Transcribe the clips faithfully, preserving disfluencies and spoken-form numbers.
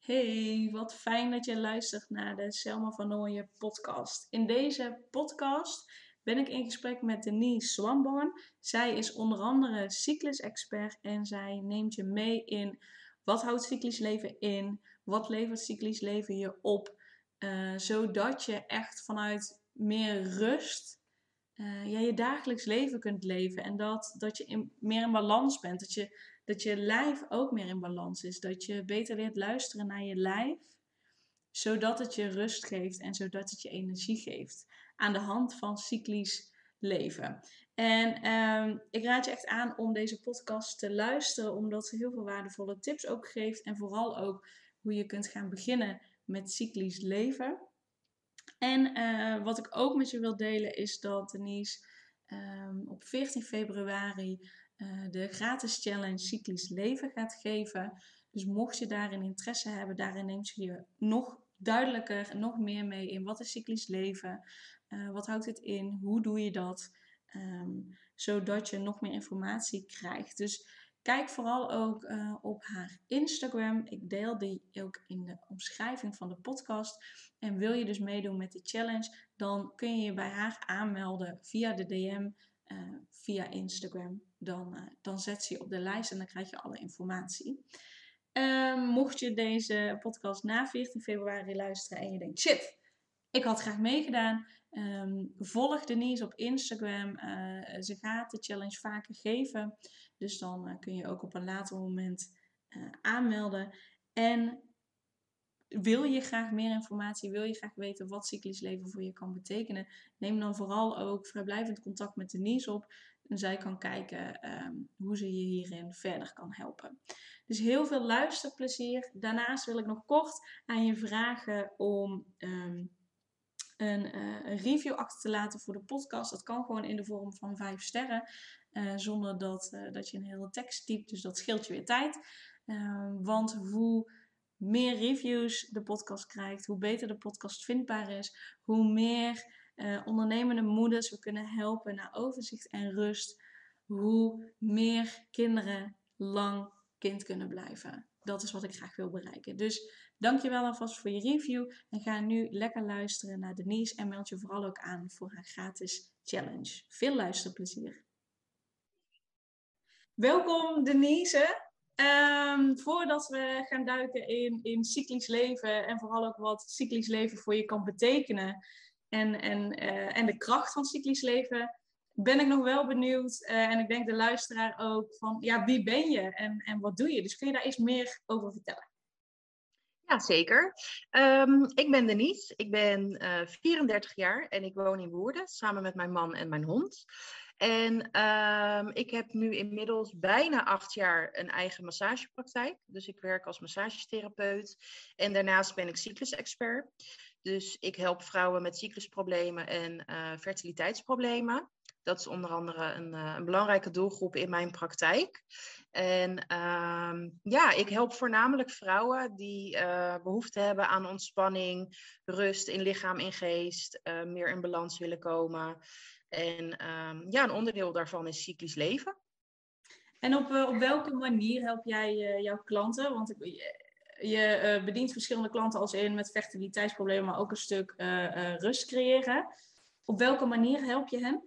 Hey, wat fijn dat je luistert naar de Selma van Nooijen podcast. In deze podcast ben ik in gesprek met Denise Swamborn. Zij is onder andere cyclus-expert en zij neemt je mee in wat houdt cyclisch leven in, wat levert cyclisch leven je op, uh, zodat je echt vanuit meer rust uh, ja, je dagelijks leven kunt leven en dat, dat je in, meer in balans bent, dat je Dat je lijf ook meer in balans is. Dat je beter leert luisteren naar je lijf. Zodat het je rust geeft en zodat het je energie geeft. Aan de hand van cyclisch leven. En um, ik raad je echt aan om deze podcast te luisteren. Omdat ze heel veel waardevolle tips ook geeft. En vooral ook hoe je kunt gaan beginnen met cyclisch leven. En uh, wat ik ook met je wil delen is dat Denise um, op veertien februari uh, de gratis challenge Cyclisch Leven gaat geven. Dus mocht je daarin interesse hebben, daarin neemt ze je nog duidelijker, nog meer mee in wat is cyclisch leven, uh, wat houdt het in, hoe doe je dat, um, zodat je nog meer informatie krijgt. Dus kijk vooral ook uh, op haar Instagram. Ik deel die ook in de omschrijving van de podcast. En wil je dus meedoen met de challenge, dan kun je je bij haar aanmelden via de D M, uh, via Instagram. Dan, uh, dan zet ze je op de lijst en dan krijg je alle informatie. Uh, mocht je deze podcast na veertien februari luisteren en je denkt, shit, ik had graag meegedaan. Um, volg Denise op Instagram. Uh, ze gaat de challenge vaker geven. Dus dan uh, kun je ook op een later moment uh, aanmelden. En wil je graag meer informatie, wil je graag weten wat cyclisch leven voor je kan betekenen, neem dan vooral ook vrijblijvend contact met Denise op. En zij kan kijken um, hoe ze je hierin verder kan helpen. Dus heel veel luisterplezier. Daarnaast wil ik nog kort aan je vragen om um, een, uh, een review achter te laten voor de podcast. Dat kan gewoon in de vorm van vijf sterren. Uh, zonder dat, uh, dat je een hele tekst typt. Dus dat scheelt je weer tijd. Uh, want hoe meer reviews de podcast krijgt, hoe beter de podcast vindbaar is, hoe meer uh, ondernemende moeders we kunnen helpen naar overzicht en rust, hoe meer kinderen lang kind kunnen blijven. Dat is wat ik graag wil bereiken. Dus dankjewel alvast voor je review en ga nu lekker luisteren naar Denise en meld je vooral ook aan voor haar gratis challenge. Veel luisterplezier. Welkom Denise. Um, voordat we gaan duiken in, in cyclisch leven en vooral ook wat cyclisch leven voor je kan betekenen en, en, uh, en de kracht van cyclisch leven, ben ik nog wel benieuwd uh, en ik denk de luisteraar ook van ja, wie ben je en, en wat doe je? Dus kun je daar eens meer over vertellen? Ja, zeker. Um, ik ben Denise, ik ben uh, vierendertig jaar en ik woon in Woerden samen met mijn man en mijn hond. En um, ik heb nu inmiddels bijna acht jaar een eigen massagepraktijk. Dus ik werk als massagetherapeut en daarnaast ben ik cyclus-expert. Dus ik help vrouwen met cyclusproblemen en uh, fertiliteitsproblemen. Dat is onder andere een, uh, een belangrijke doelgroep in mijn praktijk. En um, ja, ik help voornamelijk vrouwen die uh, behoefte hebben aan ontspanning, rust in lichaam en geest, uh, meer in balans willen komen. En um, ja, een onderdeel daarvan is cyclisch leven. En op, uh, op welke manier help jij uh, jouw klanten? Want je, je uh, bedient verschillende klanten als in met fertiliteitsproblemen, maar ook een stuk uh, uh, rust creëren. Op welke manier help je hen?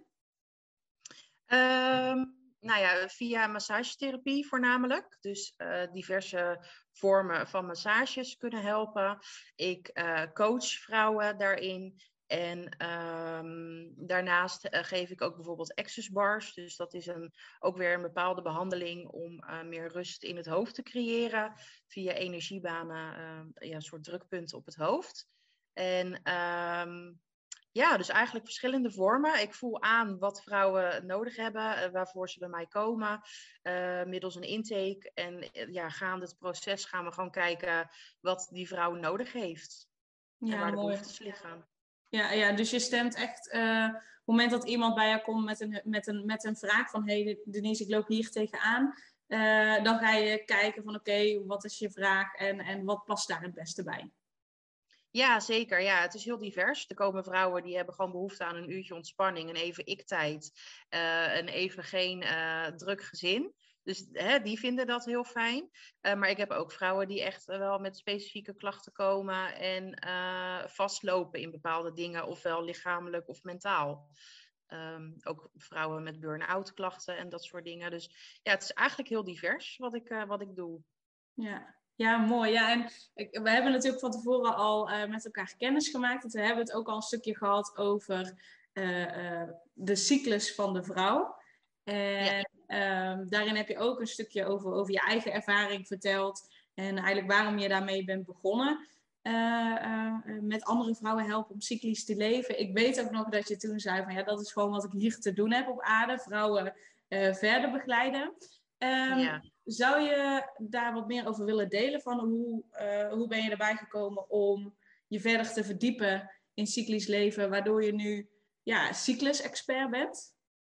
Um, nou ja, via massagetherapie voornamelijk. Dus uh, diverse vormen van massages kunnen helpen. Ik uh, coach vrouwen daarin. En um, daarnaast uh, geef ik ook bijvoorbeeld access bars. Dus dat is een, ook weer een bepaalde behandeling om uh, meer rust in het hoofd te creëren. Via energiebanen, uh, ja, een soort drukpunten op het hoofd. En um, ja, dus eigenlijk verschillende vormen. Ik voel aan wat vrouwen nodig hebben, uh, waarvoor ze bij mij komen, uh, middels een intake. En uh, ja, gaande het proces gaan we gewoon kijken wat die vrouw nodig heeft. Ja, en waar de behoeftes liggen. Ja, ja, dus je stemt echt, uh, op het moment dat iemand bij jou komt met een, met een, met een vraag van, hé hey, Denise, ik loop hier tegenaan. Uh, dan ga je kijken van, oké, okay, wat is je vraag en, en wat past daar het beste bij? Ja, zeker. Ja, het is heel divers. Er komen vrouwen die hebben gewoon behoefte aan een uurtje ontspanning, een even ik-tijd, uh, en even geen uh, druk gezin. Dus hè, die vinden dat heel fijn. Uh, maar ik heb ook vrouwen die echt wel met specifieke klachten komen en uh, vastlopen in bepaalde dingen, ofwel lichamelijk of mentaal. Um, ook vrouwen met burn-out klachten en dat soort dingen. Dus ja, het is eigenlijk heel divers wat ik, uh, wat ik doe. Ja. Ja, mooi. Ja, en ik, we hebben natuurlijk van tevoren al uh, met elkaar kennis gemaakt. We hebben het ook al een stukje gehad over uh, uh, de cyclus van de vrouw. En ja. um, daarin heb je ook een stukje over, over je eigen ervaring verteld. En eigenlijk waarom je daarmee bent begonnen. Uh, uh, met andere vrouwen helpen om cyclisch te leven. Ik weet ook nog dat je toen zei van ja, dat is gewoon wat ik hier te doen heb op aarde. Vrouwen uh, verder begeleiden. Um, ja. Zou je daar wat meer over willen delen? Van hoe, uh, hoe ben je erbij gekomen om je verder te verdiepen in cyclisch leven, waardoor je nu ja, cyclus-expert bent?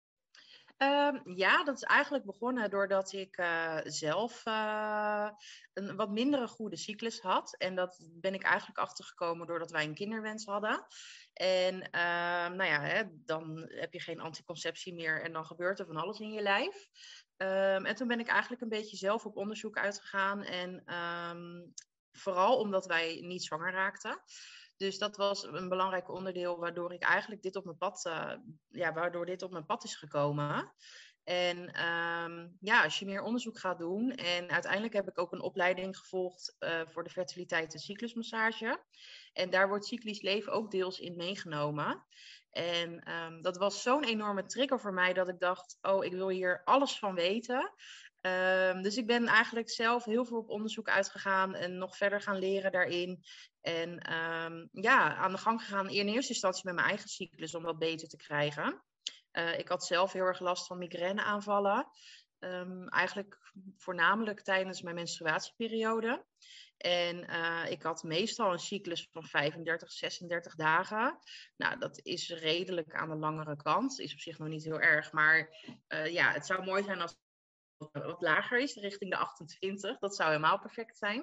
Um, ja, dat is eigenlijk begonnen doordat ik uh, zelf uh, een wat mindere goede cyclus had. En dat ben ik eigenlijk achtergekomen doordat wij een kinderwens hadden. En uh, nou ja, hè, dan heb je geen anticonceptie meer en dan gebeurt er van alles in je lijf. Um, en toen ben ik eigenlijk een beetje zelf op onderzoek uitgegaan. En um, vooral omdat wij niet zwanger raakten. Dus dat was een belangrijk onderdeel waardoor ik eigenlijk dit op mijn pad, uh, ja, waardoor dit op mijn pad is gekomen. En um, ja, als je meer onderzoek gaat doen. En uiteindelijk heb ik ook een opleiding gevolgd uh, voor de fertiliteit en cyclusmassage. En daar wordt cyclisch leven ook deels in meegenomen. En um, dat was zo'n enorme trigger voor mij dat ik dacht, oh, ik wil hier alles van weten. Um, dus ik ben eigenlijk zelf heel veel op onderzoek uitgegaan en nog verder gaan leren daarin. En um, ja, aan de gang gegaan in eerste instantie met mijn eigen cyclus om dat beter te krijgen. Uh, ik had zelf heel erg last van migraineaanvallen. Um, eigenlijk voornamelijk tijdens mijn menstruatieperiode. En uh, ik had meestal een cyclus van vijfendertig, zesendertig dagen. Nou, dat is redelijk aan de langere kant. Is op zich nog niet heel erg. Maar uh, ja, het zou mooi zijn als het wat lager is, richting de achtentwintig. Dat zou helemaal perfect zijn.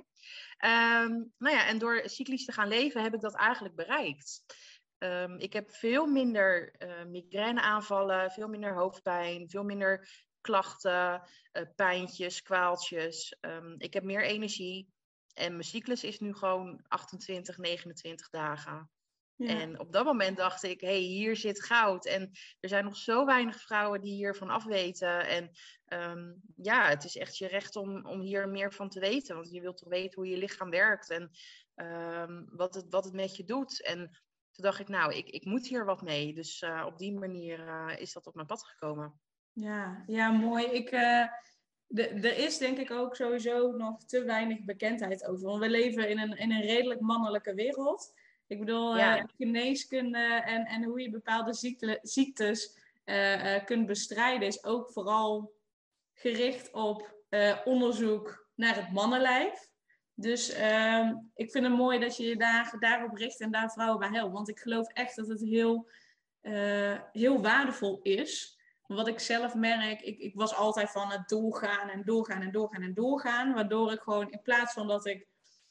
Um, nou ja, en door cyclisch te gaan leven heb ik dat eigenlijk bereikt. Um, ik heb veel minder uh, migraineaanvallen, veel minder hoofdpijn, veel minder klachten, uh, pijntjes, kwaaltjes. Um, ik heb meer energie. En mijn cyclus is nu gewoon achtentwintig, negenentwintig dagen. Ja. En op dat moment dacht ik, hé, hey, hier zit goud. En er zijn nog zo weinig vrouwen die hiervan afweten. En um, ja, het is echt je recht om, om hier meer van te weten. Want je wilt toch weten hoe je lichaam werkt en um, wat, het, wat het met je doet. En toen dacht ik, nou, ik, ik moet hier wat mee. Dus uh, op die manier uh, is dat op mijn pad gekomen. Ja, ja, mooi. Ik... Uh... De, er is denk ik ook sowieso nog te weinig bekendheid over. Want we leven in een, in een redelijk mannelijke wereld. Ik bedoel, ja. uh, geneeskunde en, en hoe je bepaalde ziekte, ziektes uh, uh, kunt bestrijden... is ook vooral gericht op uh, onderzoek naar het mannenlijf. Dus uh, ik vind het mooi dat je je daar, daarop richt en daar vrouwen bij helpt. Want ik geloof echt dat het heel, uh, heel waardevol is... Wat ik zelf merk, ik, ik was altijd van het doorgaan en doorgaan en doorgaan en doorgaan. Waardoor ik gewoon, in plaats van dat ik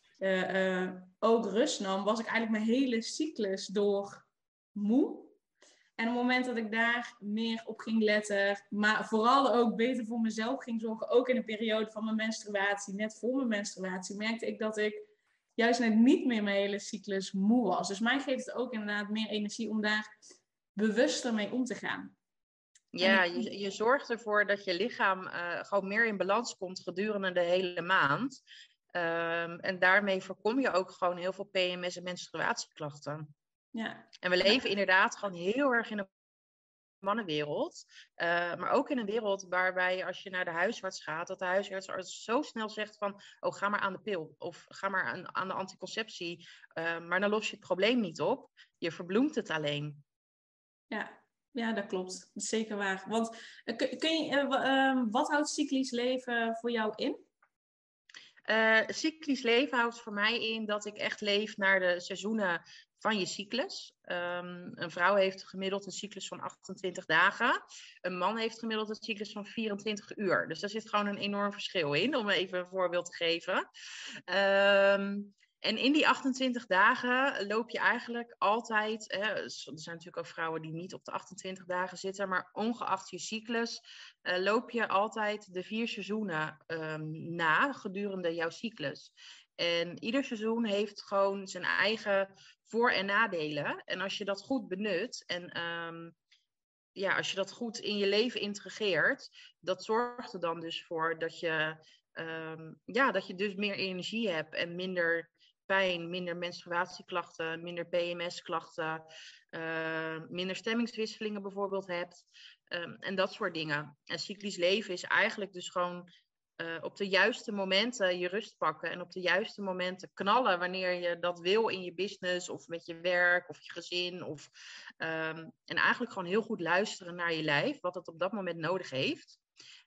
uh, uh, ook rust nam, was ik eigenlijk mijn hele cyclus door moe. En op het moment dat ik daar meer op ging letten, maar vooral ook beter voor mezelf ging zorgen, ook in de periode van mijn menstruatie, net voor mijn menstruatie, merkte ik dat ik juist net niet meer mijn hele cyclus moe was. Dus mij geeft het ook inderdaad meer energie om daar bewuster mee om te gaan. Ja, je, je zorgt ervoor dat je lichaam uh, gewoon meer in balans komt gedurende de hele maand. Um, en daarmee voorkom je ook gewoon heel veel P M S en menstruatieklachten. Ja. En we leven ja. inderdaad gewoon heel erg in een mannenwereld. Uh, maar ook in een wereld waarbij als je naar de huisarts gaat, dat de huisarts zo snel zegt van, oh, ga maar aan de pil. Of ga maar aan, aan de anticonceptie. Uh, maar dan los je het probleem niet op. Je verbloemt het alleen. Ja. Ja, dat klopt. Dat is zeker waar. Want kun, kun je, uh, uh, wat houdt cyclisch leven voor jou in? Uh, cyclisch leven houdt voor mij in dat ik echt leef naar de seizoenen van je cyclus. Um, een vrouw heeft gemiddeld een cyclus van achtentwintig dagen. Een man heeft gemiddeld een cyclus van vierentwintig uur. Dus daar zit gewoon een enorm verschil in, om even een voorbeeld te geven. Um, En in die achtentwintig dagen loop je eigenlijk altijd, hè, er zijn natuurlijk ook vrouwen die niet op de achtentwintig dagen zitten, maar ongeacht je cyclus uh, loop je altijd de vier seizoenen um, na gedurende jouw cyclus. En ieder seizoen heeft gewoon zijn eigen voor- en nadelen. En als je dat goed benut en um, ja, als je dat goed in je leven integreert, dat zorgt er dan dus voor dat je, um, ja, dat je dus meer energie hebt en minder pijn, minder menstruatieklachten, minder P M S-klachten, uh, minder stemmingswisselingen bijvoorbeeld hebt. Um, en dat soort dingen. En cyclisch leven is eigenlijk dus gewoon uh, op de juiste momenten je rust pakken en op de juiste momenten knallen wanneer je dat wil in je business of met je werk of je gezin. Of, um, en eigenlijk gewoon heel goed luisteren naar je lijf, wat het op dat moment nodig heeft.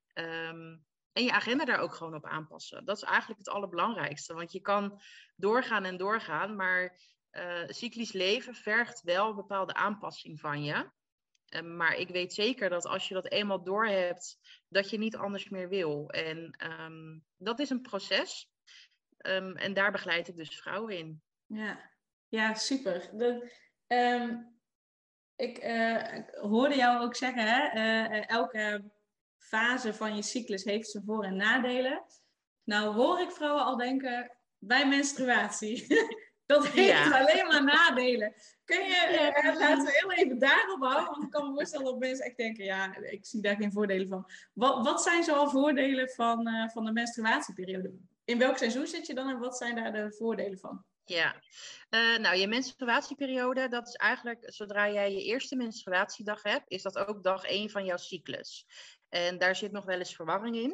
Um, En je agenda daar ook gewoon op aanpassen. Dat is eigenlijk het allerbelangrijkste. Want je kan doorgaan en doorgaan, maar uh, cyclisch leven vergt wel een bepaalde aanpassing van je. Uh, maar ik weet zeker dat als je dat eenmaal doorhebt, dat je niet anders meer wil. En um, dat is een proces. Um, en daar begeleid ik dus vrouwen in. Ja, ja super. Dat, um, ik uh, hoorde jou ook zeggen, hè? Uh, elke fase van je cyclus heeft zijn voor- en nadelen. Nou hoor ik vrouwen al denken, bij menstruatie. Dat heeft Ja. alleen maar nadelen. Kun je, Ja, uh, laten we heel even daarop houden, want ik kan me voorstellen dat mensen echt denken, ja, ik zie daar geen voordelen van. Wat, wat zijn zoal voordelen van, uh, van de menstruatieperiode? In welk seizoen zit je dan en wat zijn daar de voordelen van? Ja, uh, nou je menstruatieperiode, dat is eigenlijk zodra jij je eerste menstruatiedag hebt, is dat ook dag één van jouw cyclus. En daar zit nog wel eens verwarring in.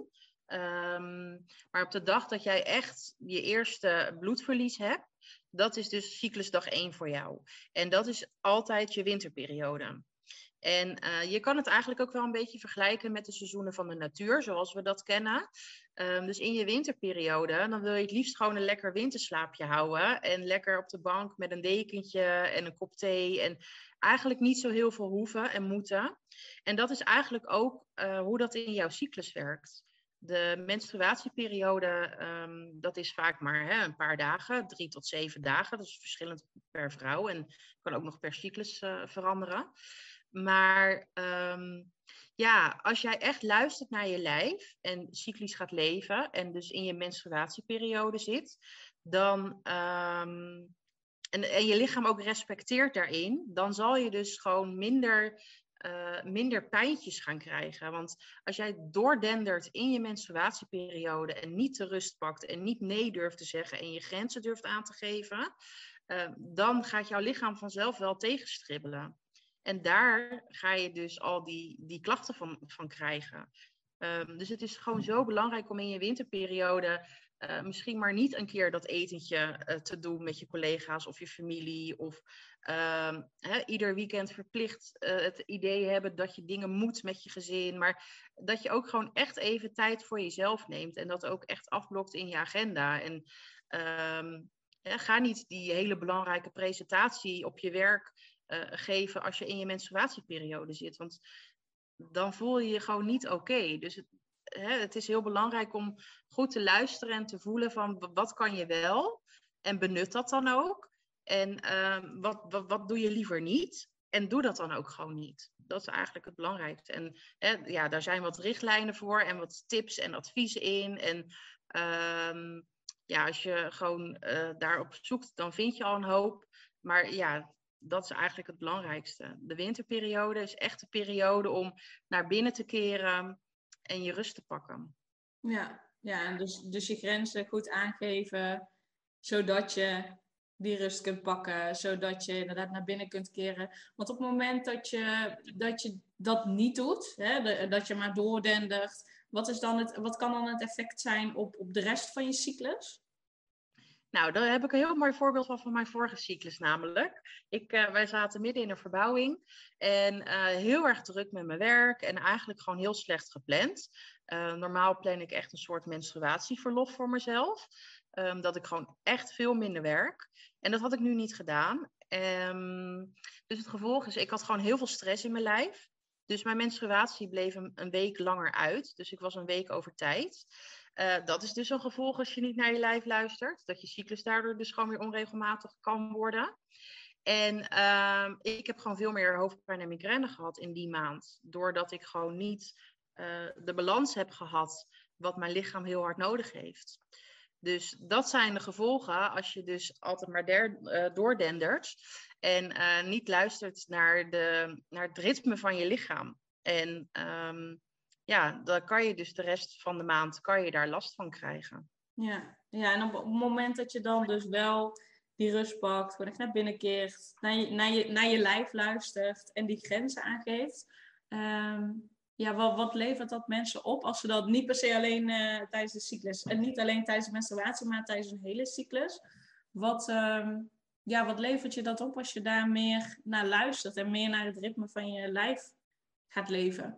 Um, maar op de dag dat jij echt je eerste bloedverlies hebt, dat is dus cyclusdag één voor jou. En dat is altijd je winterperiode. En uh, je kan het eigenlijk ook wel een beetje vergelijken met de seizoenen van de natuur, zoals we dat kennen. Um, dus in je winterperiode, dan wil je het liefst gewoon een lekker winterslaapje houden. En lekker op de bank met een dekentje en een kop thee. En eigenlijk niet zo heel veel hoeven en moeten. En dat is eigenlijk ook uh, hoe dat in jouw cyclus werkt. De menstruatieperiode, um, dat is vaak maar hè, een paar dagen, drie tot zeven dagen. Dat is verschillend per vrouw en kan ook nog per cyclus uh, veranderen. Maar um, ja, als jij echt luistert naar je lijf en cyclisch gaat leven en dus in je menstruatieperiode zit, dan, um, en, en je lichaam ook respecteert daarin, dan zal je dus gewoon minder, uh, minder pijntjes gaan krijgen. Want als jij doordendert in je menstruatieperiode en niet de rust pakt en niet nee durft te zeggen en je grenzen durft aan te geven, uh, dan gaat jouw lichaam vanzelf wel tegenstribbelen. En daar ga je dus al die, die klachten van, van krijgen. Um, dus het is gewoon zo belangrijk om in je winterperiode uh, misschien maar niet een keer dat etentje uh, te doen met je collega's of je familie. Of uh, hè, ieder weekend verplicht uh, het idee hebben dat je dingen moet met je gezin. Maar dat je ook gewoon echt even tijd voor jezelf neemt. En dat ook echt afblokt in je agenda. En um, ja, ga niet die hele belangrijke presentatie op je werk Uh, geven als je in je menstruatieperiode zit. Want dan voel je je gewoon niet oké. Okay. Dus het, hè, het is heel belangrijk om goed te luisteren en te voelen van wat kan je wel? En benut dat dan ook. En uh, wat, wat, wat doe je liever niet? En doe dat dan ook gewoon niet. Dat is eigenlijk het belangrijkste. En hè, ja, daar zijn wat richtlijnen voor en wat tips en adviezen in. En uh, ja, als je gewoon uh, daarop zoekt, dan vind je al een hoop. Maar ja, dat is eigenlijk het belangrijkste. De winterperiode is echt de periode om naar binnen te keren en je rust te pakken. Ja, ja, dus, dus je grenzen goed aangeven, zodat je die rust kunt pakken, zodat je inderdaad naar binnen kunt keren. Want op het moment dat je dat, je dat niet doet, hè, de, dat je maar doordendert, wat, is dan het, wat kan dan het effect zijn op, op de rest van je cyclus? Nou, daar heb ik een heel mooi voorbeeld van van mijn vorige cyclus namelijk. Ik, uh, wij zaten midden in een verbouwing en uh, heel erg druk met mijn werk en eigenlijk gewoon heel slecht gepland. Uh, normaal plan ik echt een soort menstruatieverlof voor mezelf. Um, dat ik gewoon echt veel minder werk. En dat had ik nu niet gedaan. Um, dus het gevolg is, ik had gewoon heel veel stress in mijn lijf. Dus mijn menstruatie bleef een, een week langer uit. Dus ik was een week over tijd. Uh, dat is dus een gevolg als je niet naar je lijf luistert. Dat je cyclus daardoor dus gewoon weer onregelmatig kan worden. En uh, ik heb gewoon veel meer hoofdpijn en migraine gehad in die maand. Doordat ik gewoon niet uh, de balans heb gehad wat mijn lichaam heel hard nodig heeft. Dus dat zijn de gevolgen als je dus altijd maar der, uh, doordendert. En uh, niet luistert naar, de, naar het ritme van je lichaam. En um, ja, dan kan je dus de rest van de maand kan je daar last van krijgen. Ja, ja, en op het moment dat je dan dus wel die rust pakt, gewoon echt naar binnen keert, naar je, naar je, naar je lijf luistert en die grenzen aangeeft. Um, ja, wat, wat levert dat mensen op als ze dat niet per se alleen uh, tijdens de cyclus, en niet alleen tijdens de menstruatie, maar tijdens een hele cyclus. Wat, um, ja, wat levert je dat op als je daar meer naar luistert en meer naar het ritme van je lijf gaat leven?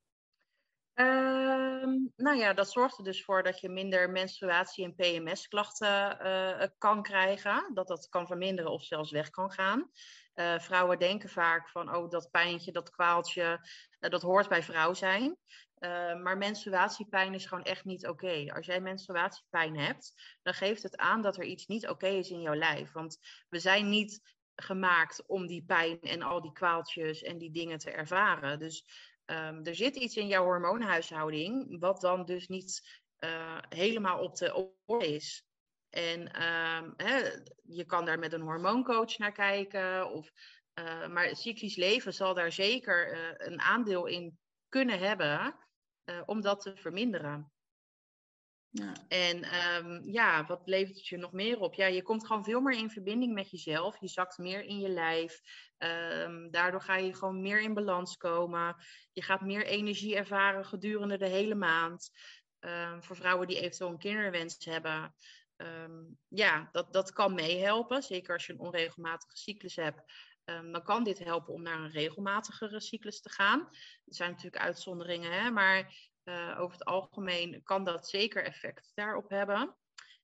Um, nou ja, dat zorgt er dus voor dat je minder menstruatie- en P M S-klachten uh, kan krijgen. Dat dat kan verminderen of zelfs weg kan gaan. Uh, vrouwen denken vaak van, oh, dat pijntje, dat kwaaltje, uh, dat hoort bij vrouw zijn. Uh, maar menstruatiepijn is gewoon echt niet oké. Okay. Als jij menstruatiepijn hebt, dan geeft het aan dat er iets niet oké okay is in jouw lijf. Want we zijn niet gemaakt om die pijn en al die kwaaltjes en die dingen te ervaren. Dus Um, er zit iets in jouw hormoonhuishouding wat dan dus niet uh, helemaal op de orde is. En um, hè, je kan daar met een hormooncoach naar kijken. Of, uh, maar cyclisch leven zal daar zeker uh, een aandeel in kunnen hebben uh, om dat te verminderen. Ja. En um, ja, wat levert het je nog meer op? Ja, je komt gewoon veel meer in verbinding met jezelf. Je zakt meer in je lijf. Um, daardoor ga je gewoon meer in balans komen. Je gaat meer energie ervaren gedurende de hele maand. Um, voor vrouwen die eventueel een kinderwens hebben. Um, ja, dat, dat kan meehelpen. Zeker als je een onregelmatige cyclus hebt. Um, dan kan dit helpen om naar een regelmatigere cyclus te gaan. Er zijn natuurlijk uitzonderingen, hè, maar uh, over het algemeen kan dat zeker effect daarop hebben.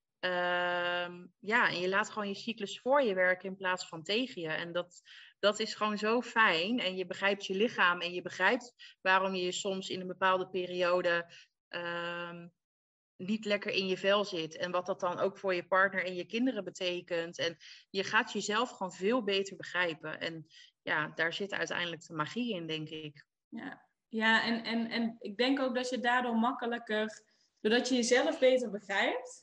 Uh, ja, en je laat gewoon je cyclus voor je werken in plaats van tegen je. En dat, dat is gewoon zo fijn. En je begrijpt je lichaam en je begrijpt waarom je soms in een bepaalde periode uh, niet lekker in je vel zit. En wat dat dan ook voor je partner en je kinderen betekent. En je gaat jezelf gewoon veel beter begrijpen. En ja, daar zit uiteindelijk de magie in, denk ik. Ja, ja en, en, en ik denk ook dat je daardoor makkelijker, doordat je jezelf beter begrijpt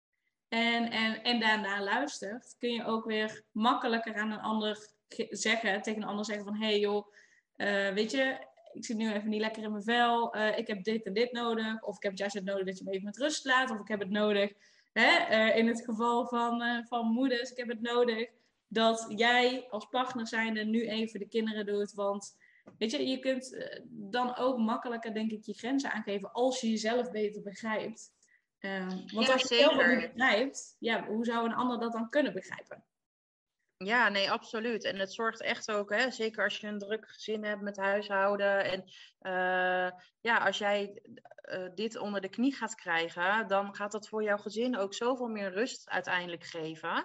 en, en, en daarna luistert, kun je ook weer makkelijker aan een ander zeggen, tegen een ander zeggen van, hé hey joh, uh, weet je, ik zit nu even niet lekker in mijn vel, uh, ik heb dit en dit nodig, of ik heb juist het nodig dat je me even met rust laat, of ik heb het nodig, hè, uh, in het geval van, uh, van moeders, ik heb het nodig dat jij als partner zijnde nu even de kinderen doet, want weet je, je kunt uh, dan ook makkelijker, denk ik, je grenzen aangeven als je jezelf beter begrijpt. Uh, want ja, als je zeker. jezelf niet begrijpt, ja, hoe zou een ander dat dan kunnen begrijpen? Ja, nee, absoluut. En het zorgt echt ook, hè, zeker als je een druk gezin hebt met huishouden. En uh, ja, als jij uh, dit onder de knie gaat krijgen, dan gaat dat voor jouw gezin ook zoveel meer rust uiteindelijk geven.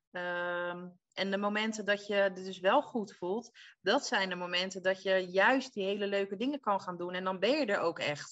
Um, en de momenten dat je het dus wel goed voelt, dat zijn de momenten dat je juist die hele leuke dingen kan gaan doen. En dan ben je er ook echt.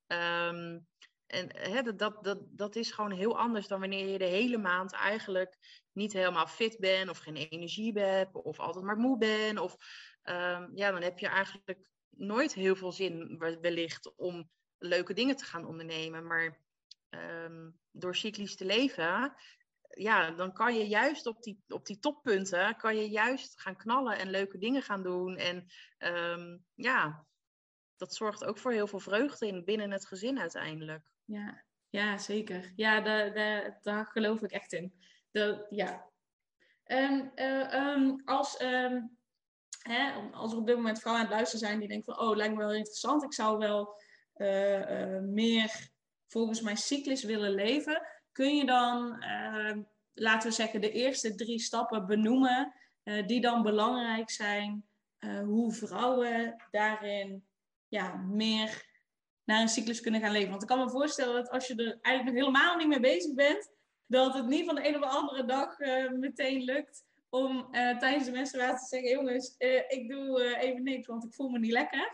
Um, en hè, dat, dat, dat is gewoon heel anders dan wanneer je de hele maand eigenlijk niet helemaal fit bent of geen energie hebt of altijd maar moe bent. Of um, ja, dan heb je eigenlijk nooit heel veel zin wellicht om leuke dingen te gaan ondernemen. Maar um, door cyclisch te leven, ja, dan kan je juist op die, op die toppunten, kan je juist gaan knallen en leuke dingen gaan doen. En um, ja, dat zorgt ook voor heel veel vreugde in, binnen het gezin uiteindelijk. Ja, ja zeker. Ja, daar, daar, daar geloof ik echt in. De, ja. Um, uh, um, als, um, hè, als er op dit moment vrouwen aan het luisteren zijn die denken van, oh, lijkt me wel interessant. Ik zou wel uh, uh, meer volgens mijn cyclus willen leven. Kun je dan, uh, laten we zeggen, de eerste drie stappen benoemen uh, die dan belangrijk zijn, uh, hoe vrouwen daarin ja, meer naar een cyclus kunnen gaan leven? Want ik kan me voorstellen dat als je er eigenlijk nog helemaal niet mee bezig bent, dat het niet van de een op de andere dag uh, meteen lukt om uh, tijdens de menstruatie te zeggen, jongens, uh, ik doe uh, even niks, want ik voel me niet lekker.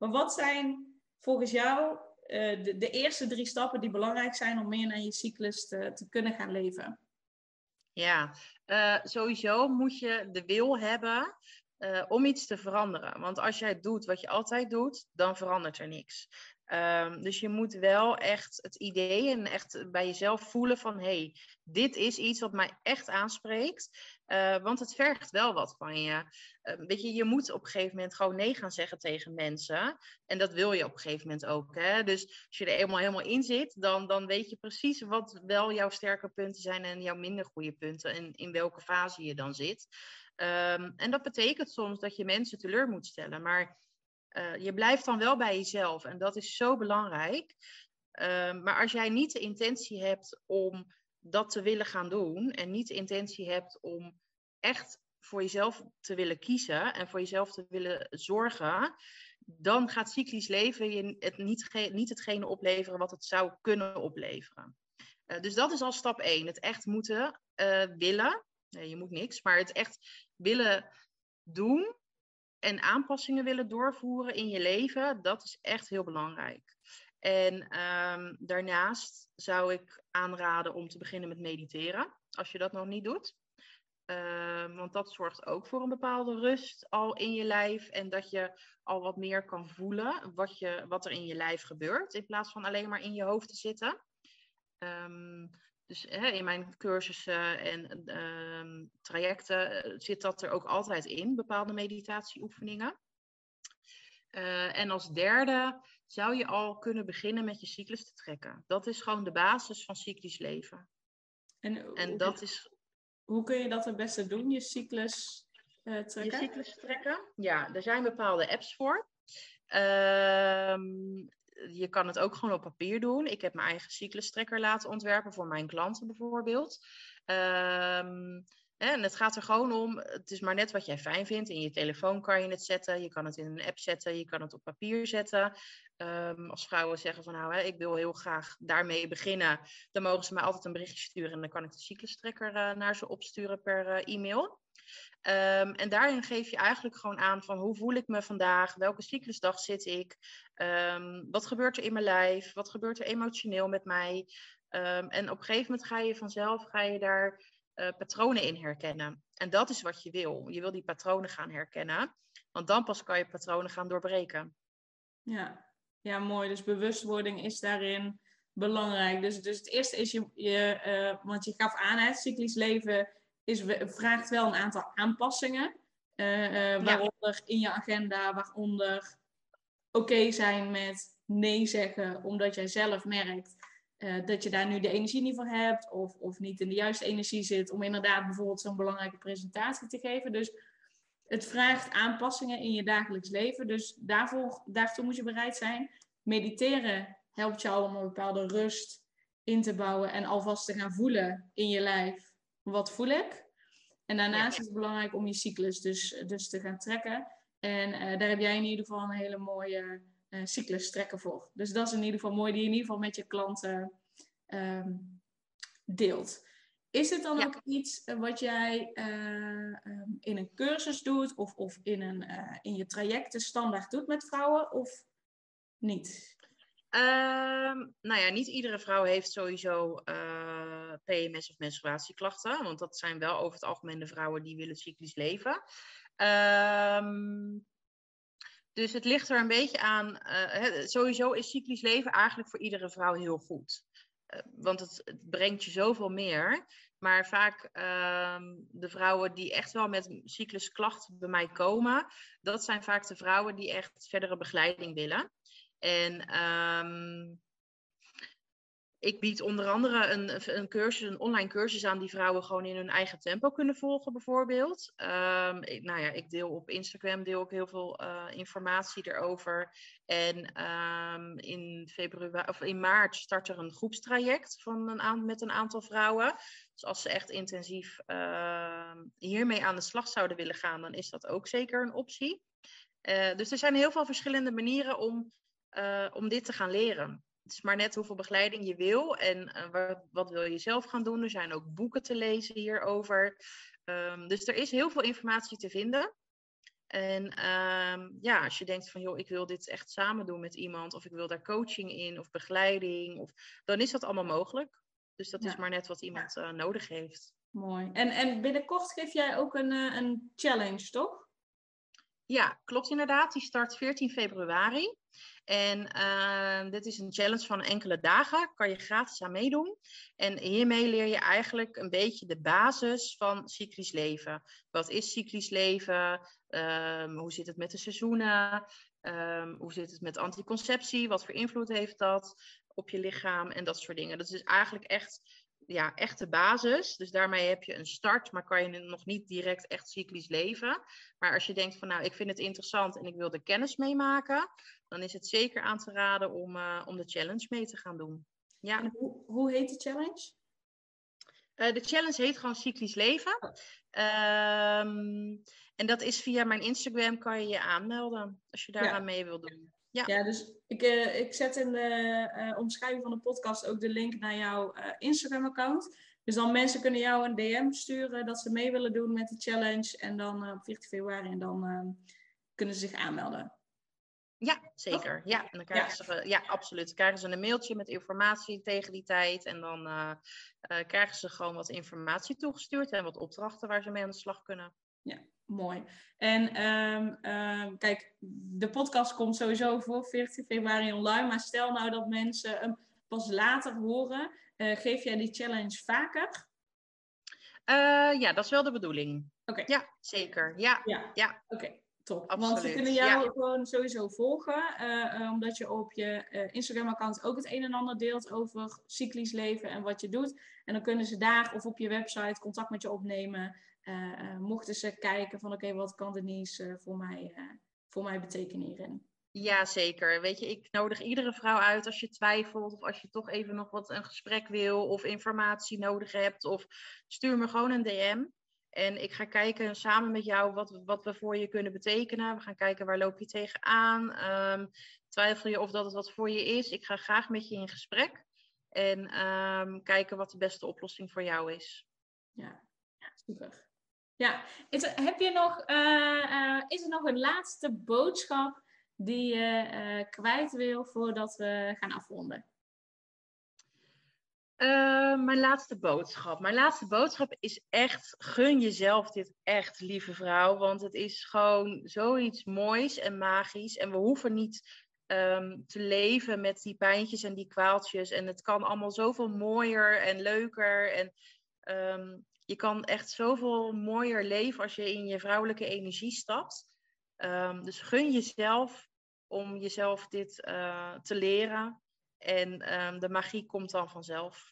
Maar wat zijn volgens jou uh, de, de eerste drie stappen die belangrijk zijn om meer naar je cyclus te, te kunnen gaan leven? Ja, uh, sowieso moet je de wil hebben uh, om iets te veranderen. Want als jij doet wat je altijd doet, dan verandert er niks. Um, dus je moet wel echt het idee en echt bij jezelf voelen van... hé, hey, dit is iets wat mij echt aanspreekt. Uh, want het vergt wel wat van je. Uh, weet je, je moet op een gegeven moment gewoon nee gaan zeggen tegen mensen. En dat wil je op een gegeven moment ook. Hè? Dus als je er eenmaal helemaal in zit, dan, dan weet je precies wat wel jouw sterke punten zijn en jouw minder goede punten. En in welke fase je dan zit. Um, en dat betekent soms dat je mensen teleur moet stellen. Maar uh, je blijft dan wel bij jezelf. En dat is zo belangrijk. Um, maar als jij niet de intentie hebt om dat te willen gaan doen en niet de intentie hebt om echt voor jezelf te willen kiezen en voor jezelf te willen zorgen, dan gaat cyclisch leven je het niet, niet hetgene opleveren wat het zou kunnen opleveren. Uh, dus dat is al stap één. Het echt moeten uh, willen. Nee, je moet niks, maar het echt willen doen en aanpassingen willen doorvoeren in je leven, dat is echt heel belangrijk. En um, daarnaast zou ik aanraden om te beginnen met mediteren, als je dat nog niet doet. Uh, want dat zorgt ook voor een bepaalde rust al in je lijf. En dat je al wat meer kan voelen wat, je, wat er in je lijf gebeurt. In plaats van alleen maar in je hoofd te zitten. Um, dus hè, in mijn cursussen en uh, trajecten zit dat er ook altijd in. Bepaalde meditatieoefeningen. Uh, en als derde zou je al kunnen beginnen met je cyclus te trekken. Dat is gewoon de basis van cyclisch leven. En, en dat is... Hoe kun je dat het beste doen, je cyclus uh, trekken? Je cyclus trekken? Ja, er zijn bepaalde apps voor. Uh, je kan het ook gewoon op papier doen. Ik heb mijn eigen cyclustrekker laten ontwerpen voor mijn klanten bijvoorbeeld. Um, En het gaat er gewoon om, het is maar net wat jij fijn vindt. In je telefoon kan je het zetten, je kan het in een app zetten, je kan het op papier zetten. Um, als vrouwen zeggen van nou, hè, ik wil heel graag daarmee beginnen, dan mogen ze mij altijd een berichtje sturen en dan kan ik de cyclustrekker uh, naar ze opsturen per uh, e-mail. Um, en daarin geef je eigenlijk gewoon aan van hoe voel ik me vandaag, welke cyclusdag zit ik, um, wat gebeurt er in mijn lijf, wat gebeurt er emotioneel met mij. Um, en op een gegeven moment ga je vanzelf, ga je daar... Uh, patronen in herkennen. En dat is wat je wil. Je wil die patronen gaan herkennen. Want dan pas kan je patronen gaan doorbreken. Ja, ja mooi. Dus bewustwording is daarin belangrijk. Dus, dus het eerste is, je, je, uh, want je gaf aan, het cyclisch leven is, vraagt wel een aantal aanpassingen. Uh, uh, waaronder ja. in je agenda, waaronder oké okay zijn met nee zeggen, omdat jij zelf merkt Uh, dat je daar nu de energie niet voor hebt of, of niet in de juiste energie zit om inderdaad bijvoorbeeld zo'n belangrijke presentatie te geven. Dus het vraagt aanpassingen in je dagelijks leven. Dus daarvoor, daartoe moet je bereid zijn. Mediteren helpt jou om een bepaalde rust in te bouwen en alvast te gaan voelen in je lijf. Wat voel ik? En daarnaast ja. is het belangrijk om je cyclus dus, dus te gaan trekken. En uh, daar heb jij in ieder geval een hele mooie... Uh, cyclus trekken voor. Dus dat is in ieder geval mooi die je in ieder geval met je klanten um, deelt. Is het dan ja. ook iets uh, wat jij uh, um, in een cursus doet of, of in, een, uh, in je trajecten standaard doet met vrouwen of niet? Um, nou ja, niet iedere vrouw heeft sowieso uh, P M S of menstruatieklachten. Want dat zijn wel over het algemeen de vrouwen die willen cyclisch leven. Um, Dus het ligt er een beetje aan, uh, sowieso is cyclisch leven eigenlijk voor iedere vrouw heel goed. Uh, want het, het brengt je zoveel meer. Maar vaak uh, de vrouwen die echt wel met cyclusklachten bij mij komen, dat zijn vaak de vrouwen die echt verdere begeleiding willen. En um, ik bied onder andere een, een cursus, een online cursus aan die vrouwen gewoon in hun eigen tempo kunnen volgen bijvoorbeeld. Um, ik, nou ja, ik deel op Instagram deel ik heel veel uh, informatie erover. En um, in, februari, of in maart start er een groepstraject van een aan, met een aantal vrouwen. Dus als ze echt intensief uh, hiermee aan de slag zouden willen gaan, dan is dat ook zeker een optie. Uh, dus er zijn heel veel verschillende manieren om, uh, om dit te gaan leren. Het is maar net hoeveel begeleiding je wil en uh, wat, wat wil je zelf gaan doen. Er zijn ook boeken te lezen hierover. Um, dus er is heel veel informatie te vinden. En um, ja, als je denkt van, joh, ik wil dit echt samen doen met iemand, of ik wil daar coaching in, of begeleiding, of, dan is dat allemaal mogelijk. Dus dat Ja. is maar net wat iemand uh, nodig heeft. Mooi. En, en binnenkort geef jij ook een, uh, een challenge, toch? Ja, klopt inderdaad. Die start veertien februari. En uh, dit is een challenge van enkele dagen. Kan je gratis aan meedoen. En hiermee leer je eigenlijk een beetje de basis van cyclisch leven. Wat is cyclisch leven? Um, hoe zit het met de seizoenen? Um, hoe zit het met anticonceptie? Wat voor invloed heeft dat op je lichaam? En dat soort dingen. Dat is eigenlijk echt... Ja, echt de basis. Dus daarmee heb je een start, maar kan je nog niet direct echt cyclisch leven. Maar als je denkt van, nou, ik vind het interessant en ik wil er kennis mee maken, dan is het zeker aan te raden om, uh, om de challenge mee te gaan doen. Ja. En hoe, hoe heet de challenge? Uh, de challenge heet gewoon cyclisch leven. Oh. Um, en dat is via mijn Instagram, kan je je aanmelden als je daaraan ja. mee wil doen. Ja, ja dus ik, uh, ik zet in de uh, omschrijving van de podcast ook de link naar jouw uh, Instagram-account. Dus dan mensen kunnen jou een D M sturen dat ze mee willen doen met de challenge. En dan uh, op veertien februari en dan uh, kunnen ze zich aanmelden. Ja, zeker. Ja, en dan krijgen ja. ze, ja, absoluut. Dan krijgen ze een mailtje met informatie tegen die tijd. En dan uh, uh, krijgen ze gewoon wat informatie toegestuurd en wat opdrachten waar ze mee aan de slag kunnen. Ja, mooi. En um, um, kijk, de podcast komt sowieso voor veertien februari online. Maar stel nou dat mensen hem pas later horen. Uh, geef jij die challenge vaker? Uh, ja, dat is wel de bedoeling. Oké. Okay. Ja, zeker. Ja, ja. ja. Oké. Okay. Top. Absoluut. Want ze kunnen jou ja. gewoon sowieso volgen. Uh, uh, omdat je op je uh, Instagram-account ook het een en ander deelt over cyclisch leven en wat je doet. En dan kunnen ze daar of op je website contact met je opnemen. Uh, uh, mochten ze kijken van oké, okay, wat kan Denise uh, voor, mij, uh, voor mij betekenen hierin? Ja, zeker. Weet je, ik nodig iedere vrouw uit als je twijfelt of als je toch even nog wat een gesprek wil of informatie nodig hebt. Of stuur me gewoon een D M. En ik ga kijken samen met jou wat, wat we voor je kunnen betekenen. We gaan kijken waar loop je tegenaan. Um, twijfel je of dat het wat voor je is. Ik ga graag met je in gesprek. En um, kijken wat de beste oplossing voor jou is. Ja, ja super. Ja, is er, heb je nog, uh, uh, is er nog een laatste boodschap die je uh, kwijt wil voordat we gaan afronden? Uh, mijn laatste boodschap. Mijn laatste boodschap is echt, gun jezelf dit echt, lieve vrouw. Want het is gewoon zoiets moois en magisch. En we hoeven niet um, te leven met die pijntjes en die kwaaltjes. En het kan allemaal zoveel mooier en leuker. En um, je kan echt zoveel mooier leven als je in je vrouwelijke energie stapt. Um, dus gun jezelf om jezelf dit uh, te leren. En um, de magie komt dan vanzelf.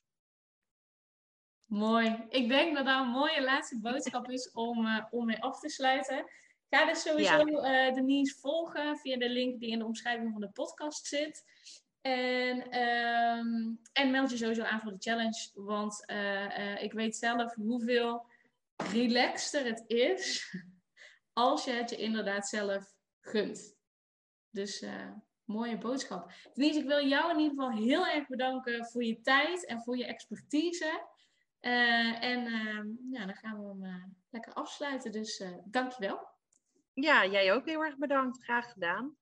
Mooi. Ik denk dat dat een mooie laatste boodschap is om, uh, om mee af te sluiten. Ga dus sowieso ja. uh, Denise volgen via de link die in de omschrijving van de podcast zit. En, um, en meld je sowieso aan voor de challenge. Want uh, uh, ik weet zelf hoeveel relaxter het is als je het je inderdaad zelf gunt. Dus... Uh, mooie boodschap. Denise, ik wil jou in ieder geval heel erg bedanken voor je tijd en voor je expertise. Uh, en uh, ja, dan gaan we hem uh, lekker afsluiten. Dus uh, dankjewel. Ja, jij ook heel erg bedankt. Graag gedaan.